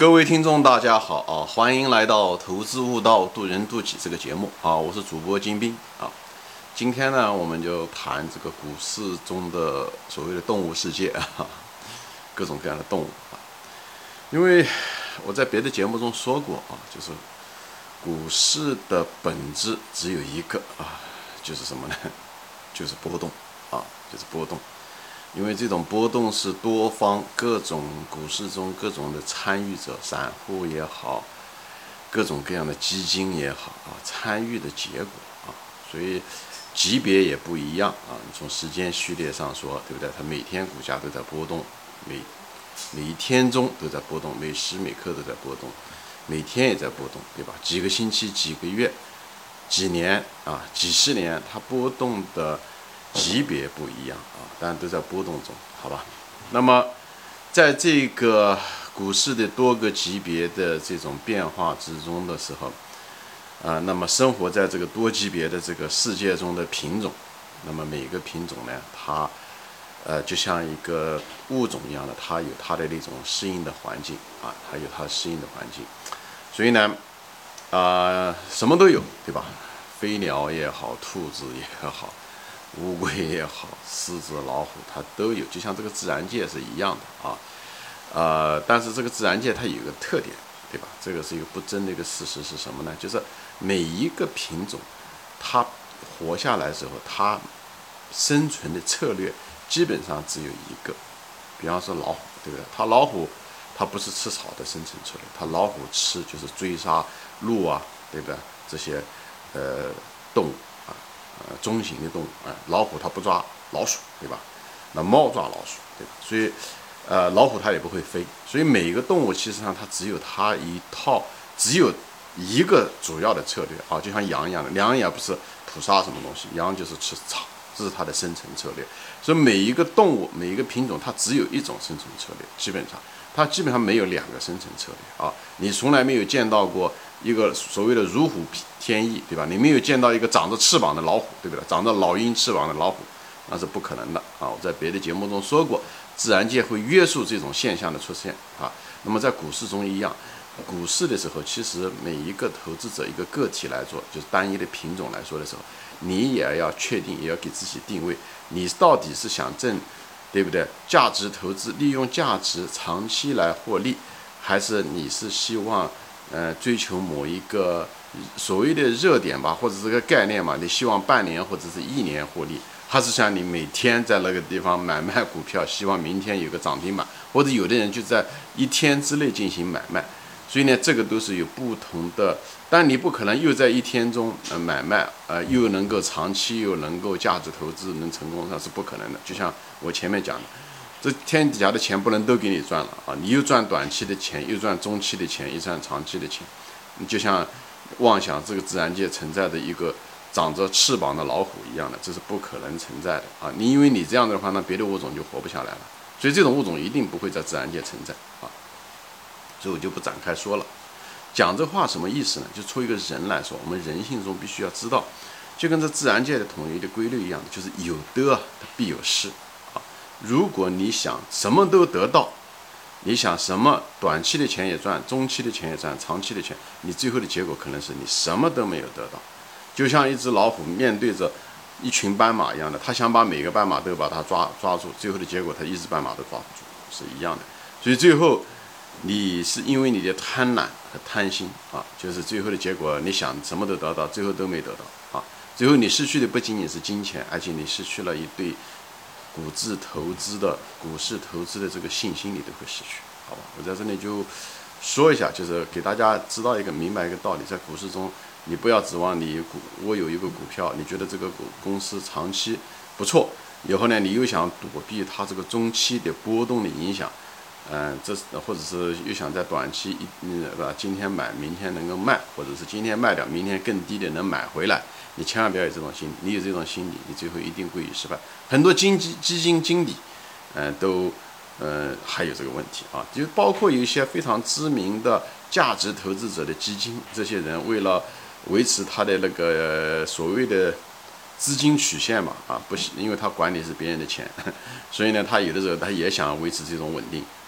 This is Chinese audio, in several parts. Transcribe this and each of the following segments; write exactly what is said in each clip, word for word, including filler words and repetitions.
各位听众，大家好啊！欢迎来到《投资悟道，渡人渡己》这个节目啊！我是主播金兵啊。今天呢，我们就谈这个股市中的所谓的动物世界啊，各种各样的动物啊。因为我在别的节目中说过啊，就是股市的本质只有一个啊，就是什么呢？就是波动啊，就是波动。因为这种波动是多方各种股市中各种的参与者，散户也好，各种各样的基金也好啊，参与的结果啊，所以级别也不一样啊。你从时间序列上说，对不对？它每天股价都在波动，每每一天中都在波动，每时每刻都在波动，每天也在波动，对吧？几个星期、几个月、几年啊、几十年，它波动的级别不一样啊，但都在波动中，好吧？那么，在这个股市的多个级别的这种变化之中的时候，啊、呃，那么生活在这个多级别的这个世界中的品种，那么每个品种呢，它呃就像一个物种一样的，它有它的那种适应的环境啊，它有它适应的环境，所以呢，啊、呃，什么都有，对吧？飞鸟也好，兔子也好。乌龟也好，狮子、老虎，它都有，就像这个自然界是一样的啊。呃，但是这个自然界它有一个特点，对吧？这个是一个不争的一个事实是什么呢？就是每一个品种，它活下来的时候，它生存的策略基本上只有一个。比方说老虎，对不对？它老虎，它不是吃草的生存策略，它老虎吃就是追杀鹿啊，对不对？这些呃动物。呃，中型的动物啊、呃，老虎它不抓老鼠，对吧？那猫抓老鼠，对吧？所以，呃，老虎它也不会飞。所以每一个动物其实上它只有它一套，只有一个主要的策略啊，就像羊一样的，羊也不是捕杀什么东西，羊就是吃草，这是它的生存策略。所以每一个动物，每一个品种，它只有一种生存策略，基本上它基本上没有两个生存策略啊。你从来没有见到过一个所谓的如虎添翼，对吧？你没有见到一个长着翅膀的老虎，对不对？长着老鹰翅膀的老虎，那是不可能的啊！我在别的节目中说过，自然界会约束这种现象的出现啊。那么在股市中一样，股市的时候，其实每一个投资者一个个体来做，就是单一的品种来说的时候，你也要确定，也要给自己定位，你到底是想挣，对不对？价值投资，利用价值长期来获利，还是你是希望？呃，追求某一个所谓的热点吧，或者这个概念嘛，你希望半年或者是一年获利，还是像你每天在那个地方买卖股票，希望明天有个涨停板，或者有的人就在一天之内进行买卖，所以呢，这个都是有不同的。但你不可能又在一天中呃买卖，呃，又能够长期又能够价值投资能成功，那是不可能的。就像我前面讲的。这天底下的钱不能都给你赚了啊！你又赚短期的钱，又赚中期的钱，又赚长期的钱，你就像妄想这个自然界存在的一个长着翅膀的老虎一样的，这是不可能存在的啊！你因为你这样的话，那别的物种就活不下来了，所以这种物种一定不会在自然界存在啊！所以我就不展开说了。讲这话什么意思呢？就作为一个人来说，我们人性中必须要知道，就跟这自然界的统一的规律一样的，就是有得它必有失。如果你想什么都得到，你想什么短期的钱也赚，中期的钱也赚，长期的钱，你最后的结果可能是你什么都没有得到。就像一只老虎面对着一群斑马一样的，他想把每个斑马都把它抓抓住，最后的结果他一只斑马都抓不住，是一样的。所以最后你是因为你的贪婪和贪心啊，就是最后的结果，你想什么都得到，最后都没得到啊。最后你失去的不仅仅是金钱，而且你失去了一对股市投资的股市投资的这个信心，你都会失去，好吧？我在这里就说一下，就是给大家知道一个明白一个道理，在股市中，你不要指望你股我有一个股票，你觉得这个股公司长期不错，以后呢，你又想躲避它这个中期的波动的影响，嗯、呃，这或者是又想在短期一嗯，吧，今天买，明天能够卖，或者是今天卖掉，明天更低的能买回来。你千万不要有这种心理，你有这种心理，你最后一定归于失败。很多基金基金经理，嗯、呃，都，呃，还有这个问题啊，就包括有一些非常知名的价值投资者的基金，这些人为了维持他的那个、呃、所谓的资金曲线嘛，啊，不，因为他管理是别人的钱，所以呢，他有的时候他也想维持这种稳定，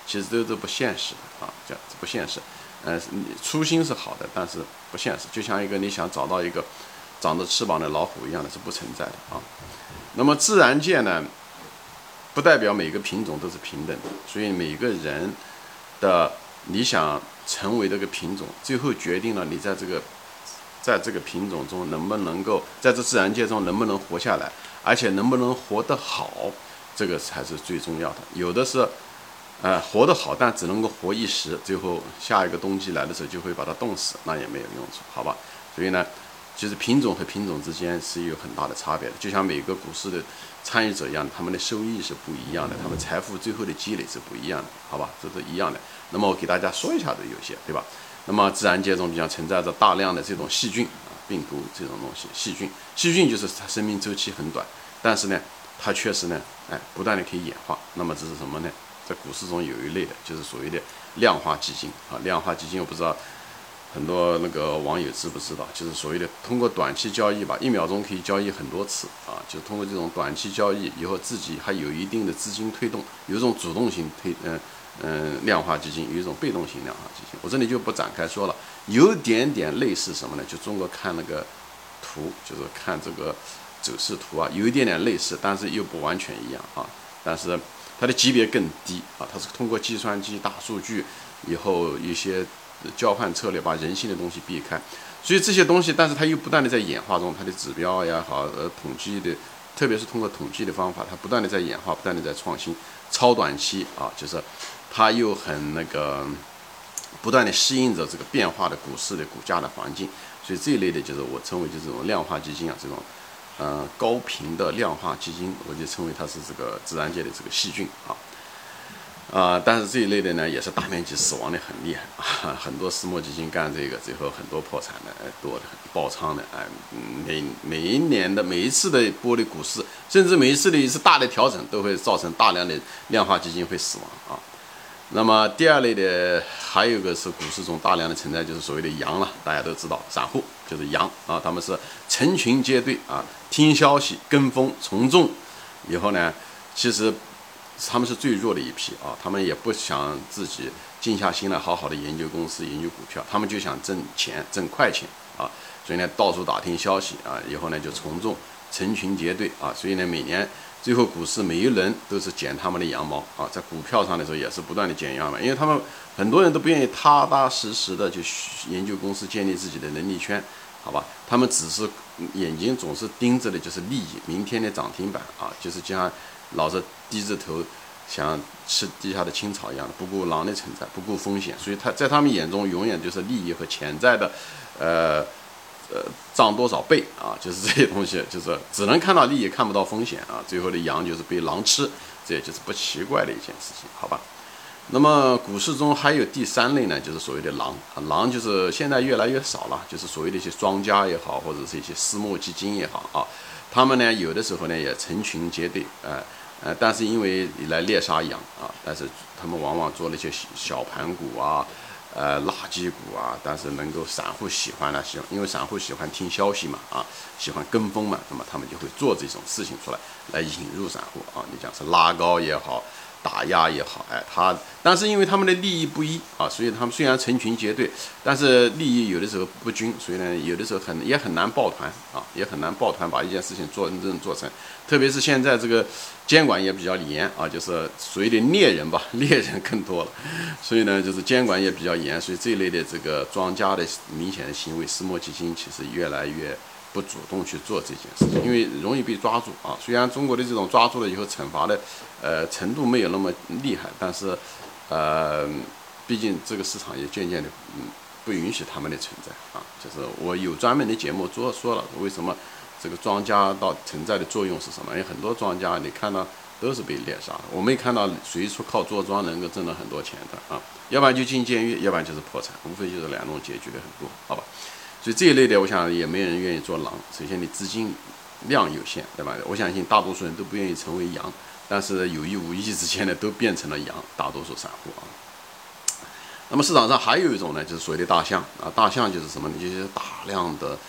其实都是不现实的啊，这不现实。呃，初心是好的，但是不现实。就像一个你想找到一个长着翅膀的老虎一样的，是不存在的啊。那么自然界呢，不代表每个品种都是平等的，所以每个人的你想成为这个品种，最后决定了你在这个在这个品种中能不能够在这自然界中能不能活下来，而且能不能活得好，这个才是最重要的。有的是。呃，活得好，但只能够活一时，最后下一个冬季来的时候就会把它冻死，那也没有用处，好吧？所以呢，其实品种和品种之间是有很大的差别的，就像每个股市的参与者一样，他们的收益是不一样的，他们财富最后的积累是不一样的，好吧？这是一样的。那么我给大家说一下的有些，对吧？那么自然界中，就像存在着大量的这种细菌啊、病毒这种东西，细菌，细菌就是它生命周期很短，但是呢，它确实呢，哎，不断的可以演化。那么这是什么呢？在股市中有一类的，就是所谓的量化基金啊。量化基金我不知道很多那个网友知不知道，就是所谓的通过短期交易吧，一秒钟可以交易很多次啊。就是通过这种短期交易以后，自己还有一定的资金推动，有一种主动性推，嗯嗯，量化基金，有一种被动性量化基金。我这里就不展开说了，有点点类似什么呢？就中国看那个图，就是看这个走势图啊，有一点点类似，但是又不完全一样啊。但是它的级别更低啊，它是通过计算机、大数据以后一些交换策略，把人性的东西避开。所以这些东西，但是它又不断的在演化中，它的指标也好，呃，统计的，特别是通过统计的方法，它不断的在演化，不断的在创新。超短期啊，就是它又很那个，不断的适应着这个变化的股市的股价的环境。所以这一类的就是我称为就是这种量化基金啊，这种。呃，高频的量化基金，我就称为它是这个自然界的这个细菌啊，啊、呃，但是这一类的呢，也是大面积死亡的很厉害啊，很多私募基金干这个，最后很多破产的，呃、多的很，爆仓的，哎、呃，每每一年的每一次的波的股市，甚至每一次的一次大的调整，都会造成大量的量化基金会死亡啊。那么第二类的还有一个是股市中大量的存在，就是所谓的羊了，大家都知道，散户就是羊啊，他们是成群结队啊，听消息、跟风、从众，以后呢，其实他们是最弱的一批啊，他们也不想自己静下心来好好的研究公司、研究股票，他们就想挣钱、挣快钱啊，所以呢，到处打听消息啊，以后呢就从众、成群结队啊，所以呢每年。最后股市每一轮都是剪他们的羊毛啊，在股票上的时候也是不断的剪羊毛，因为他们很多人都不愿意踏踏实实的去研究公司，建立自己的能力圈，好吧？他们只是眼睛总是盯着的就是利益，明天的涨停板啊，就是就像老是低着头想吃地下的青草一样的，不顾狼的存在，不顾风险，所以他在他们眼中永远就是利益和潜在的，呃。呃，涨多少倍啊？就是这些东西，就是只能看到利益，看不到风险啊。最后的羊就是被狼吃，这也就是不奇怪的一件事情，好吧？那么股市中还有第三类呢，就是所谓的狼啊，狼就是现在越来越少了，就是所谓的一些庄家也好，或者是一些私募基金也好啊，他们呢有的时候呢也成群结队，呃呃，但是因为来猎杀羊啊，但是他们往往做了一些小盘股啊。呃，垃圾股啊，但是能够散户喜欢呢，喜欢，因为散户喜欢听消息嘛，啊，喜欢跟风嘛，那么他们就会做这种事情出来，来引入散户啊。你讲是拉高也好，打压也好，哎，他，但是因为他们的利益不一啊，所以他们虽然成群结队，但是利益有的时候不均，所以呢，有的时候很也很难抱团啊，也很难抱团把一件事情做真正做成。特别是现在这个监管也比较严啊，就是所谓的猎人吧，猎人更多了，所以呢，就是监管也比较严，所以这一类的这个庄家的明显的行为，私募基金其实越来越不主动去做这件事情，因为容易被抓住啊。虽然中国的这种抓住了以后惩罚的呃程度没有那么厉害，但是呃，毕竟这个市场也渐渐的嗯不允许他们的存在啊。就是我有专门的节目做说了为什么。这个庄家到存在的作用是什么？因为很多庄家你看到都是被猎杀的，我没看到谁说靠做庄能够挣到很多钱的啊，要不然就进监狱，要不然就是破产，无非就是两种结局的很多，好吧？所以这一类的，我想也没人愿意做狼。首先你资金量有限，对吧？我相信大多数人都不愿意成为羊，但是有意无意之间呢，都变成了羊，大多数散户啊。那么市场上还有一种呢，就是所谓的大象啊，大象就是什么呢？就是大量的。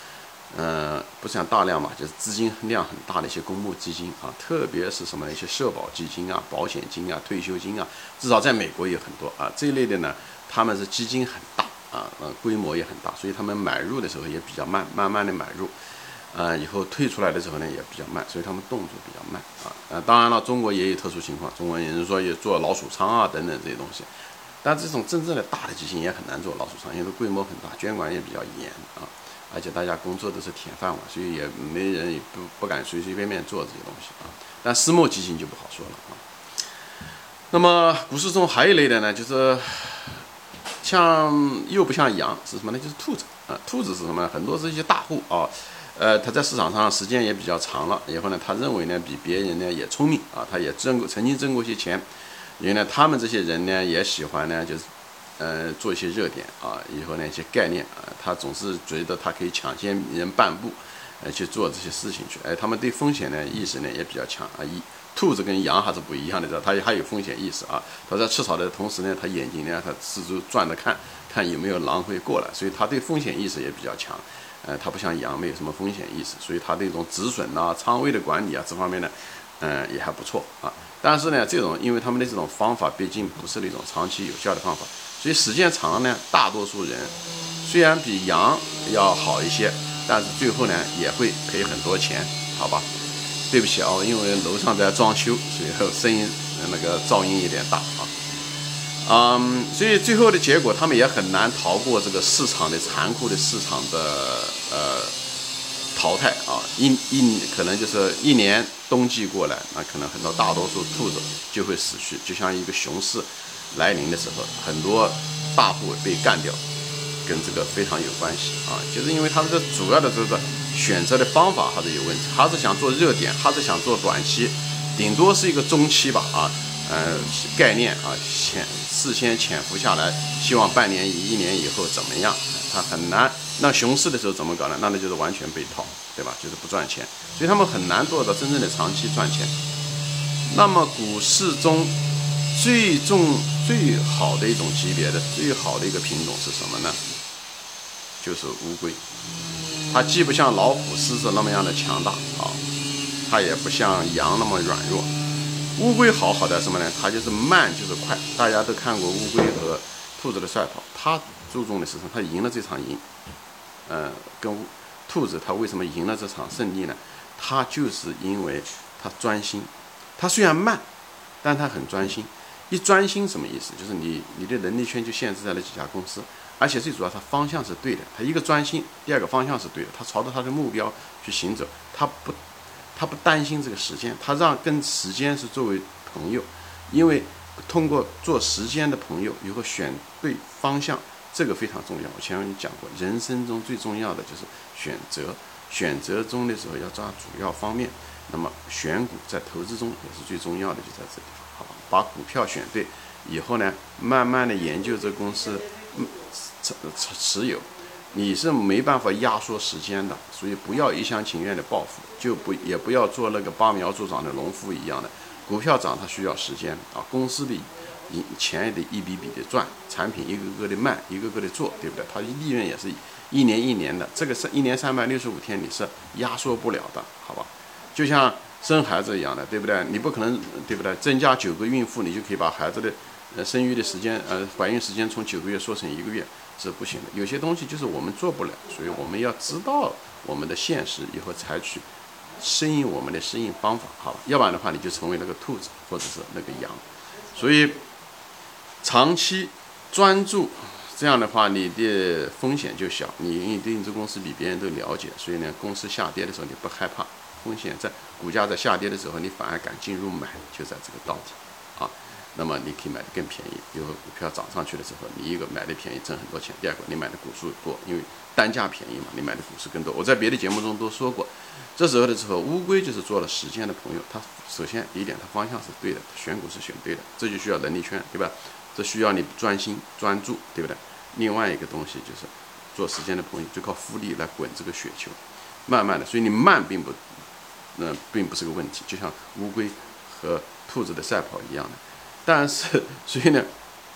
呃，不算大量嘛，就是资金量很大的一些公募基金啊，特别是什么一些社保基金啊、保险金啊、退休金啊，至少在美国也很多啊。这一类的呢，他们是基金很大啊，呃，规模也很大，所以他们买入的时候也比较慢，慢慢的买入，呃，以后退出来的时候呢也比较慢，所以他们动作比较慢啊。呃，当然了，中国也有特殊情况，中国有人说也做老鼠仓啊等等这些东西，但这种真正的大的基金也很难做老鼠仓，因为规模很大，监管也比较严啊。而且大家工作都是铁饭碗，所以也没人也不不敢随随便便做这些东西啊。但私募基金就不好说了啊。那么股市中还有一类的呢，就是像又不像羊是什么呢？就是兔子啊。兔子是什么？很多是一些大户啊，呃，他在市场上时间也比较长了，以后呢，他认为呢比别人呢也聪明啊，他也挣过曾经挣过一些钱，因为呢他们这些人呢也喜欢呢就是。呃，做一些热点啊，以后呢一些概念啊，他总是觉得他可以抢先人半步，呃，去做这些事情去。哎，他们对风险呢意识呢也比较强啊。一兔子跟羊还是不一样的，它它有风险意识啊。它在吃草的同时呢，它眼睛呢它四周转着看，看有没有狼会过来，所以它对风险意识也比较强。呃，它不像羊没有什么风险意识，所以它这种止损啊、仓位的管理啊这方面呢，嗯、呃，也还不错啊。但是呢，这种因为他们的这种方法毕竟不是那种长期有效的方法。所以时间长了呢，大多数人虽然比羊要好一些，但是最后呢也会赔很多钱，好吧？对不起啊，因为楼上在装修，所以声音那个噪音有点大啊。嗯，所以最后的结果，他们也很难逃过这个市场的残酷的市场的呃淘汰啊。一一可能就是一年冬季过来，那可能很多大多数兔子就会死去，就像一个熊市来临的时候，很多大户被干掉，跟这个非常有关系啊。就是因为他这个主要的这个选择的方法还是有问题，还是想做热点，还是想做短期，顶多是一个中期吧啊，呃，概念啊，潜事先潜伏下来，希望半年一年以后怎么样，他很难。那熊市的时候怎么搞呢？那那就是完全被套，对吧？就是不赚钱，所以他们很难做到真正的长期赚钱。那么股市中最重最好的一种级别的最好的一个品种是什么呢？就是乌龟。它既不像老虎、狮子那么样的强大啊，它也不像羊那么软弱。乌龟好好的什么呢？它就是慢就是快。大家都看过乌龟和兔子的赛跑，它注重的是什么？它赢了这场赢。呃，跟兔子它为什么赢了这场胜利呢？它就是因为它专心。它虽然慢，但它很专心。一专心什么意思？就是你你的能力圈就限制在了几家公司，而且最主要它方向是对的。它一个专心，第二个方向是对的，它朝着它的目标去行走，它不它不担心这个时间，它让跟时间是作为朋友，因为通过做时间的朋友以后选对方向，这个非常重要。我前面讲过，人生中最重要的就是选择，选择中的时候要抓主要方面。那么选股在投资中也是最重要的，就在这里。好吧，把股票选对以后呢，慢慢的研究这公司持持有，你是没办法压缩时间的，所以不要一厢情愿的暴富，就不也不要做那个拔苗助长的农夫一样的。股票涨它需要时间啊，公司的钱也得一笔笔的赚，产品一个个的卖，一个个的做，对不对？它利润也是一年一年的，这个是一年三百六十五天你是压缩不了的，好吧？就像生孩子一样的，对不对？你不可能，对不对？增加九个孕妇，你就可以把孩子的呃生育的时间，呃怀孕时间从九个月缩成一个月，是不行的。有些东西就是我们做不了，所以我们要知道我们的现实，以后采取适应我们的适应方法，好吧？要不然的话，你就成为那个兔子或者是那个羊。所以长期专注，这样的话你的风险就小，你你对你这公司比别人都了解，所以呢，公司下跌的时候你不害怕。风险在股价在下跌的时候，你反而敢进入买，就在这个道理啊。那么你可以买的更便宜。以后股票涨上去的时候，你一个买的便宜挣很多钱，第二个你买的股数多，因为单价便宜嘛，你买的股数更多。我在别的节目中都说过，这时候的时候，乌龟就是做了时间的朋友。他首先第一点，他方向是对的，选股是选对的，这就需要能力圈，对吧？这需要你专心专注，对不对？另外一个东西就是做时间的朋友，就靠复利来滚这个雪球，慢慢的，所以你慢并不。那并不是个问题，就像乌龟和兔子的赛跑一样的。但是，所以呢，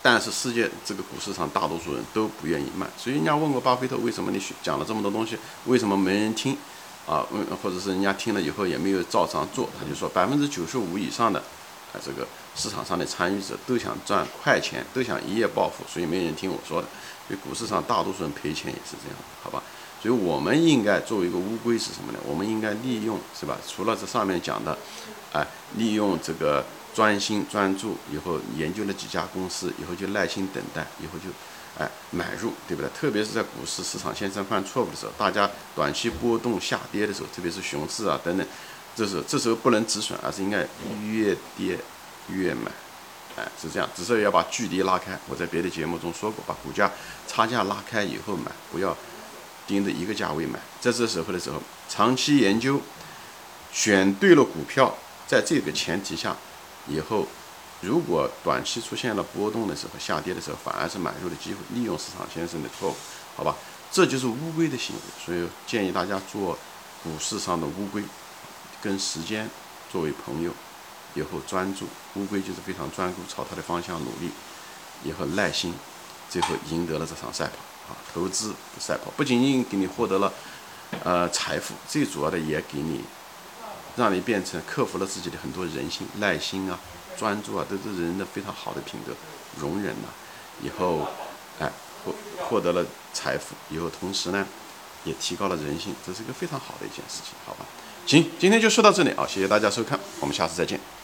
但是世界这个股市上大多数人都不愿意卖，所以人家问过巴菲特，为什么你讲了这么多东西，为什么没人听啊？或者是人家听了以后也没有照常做，他就说百分之九十五以上的啊这个市场上的参与者都想赚快钱，都想一夜暴富，所以没人听我说的。所以股市上大多数人赔钱也是这样的，好吧？所以我们应该作为一个乌龟是什么呢？我们应该利用是吧？除了这上面讲的，哎，利用这个专心专注，以后研究了几家公司，以后就耐心等待，以后就哎买入，对不对？特别是在股市市场先生犯错误的时候，大家短期波动下跌的时候，特别是熊市啊等等，这时候这时候不能止损，而是应该越跌越买。哎，是这样，只是要把距离拉开。我在别的节目中说过，把股价差价拉开以后买，不要盯着一个价位买。在这时候的时候，长期研究，选对了股票，在这个前提下，以后如果短期出现了波动的时候，下跌的时候，反而是买入的机会，利用市场先生的错误，好吧？这就是乌龟的行为。所以建议大家做股市上的乌龟，跟时间作为朋友。以后专注，乌龟就是非常专注，朝它的方向努力，以后耐心，最后赢得了这场赛跑啊！投资赛跑不仅仅给你获得了呃财富，最主要的也给你，让你变成克服了自己的很多人性、耐心啊、专注啊，都是人的非常好的品德，容忍呐、啊，以后哎获获得了财富，以后同时呢也提高了人性，这是一个非常好的一件事情，好吧？行，今天就说到这里啊，谢谢大家收看，我们下次再见。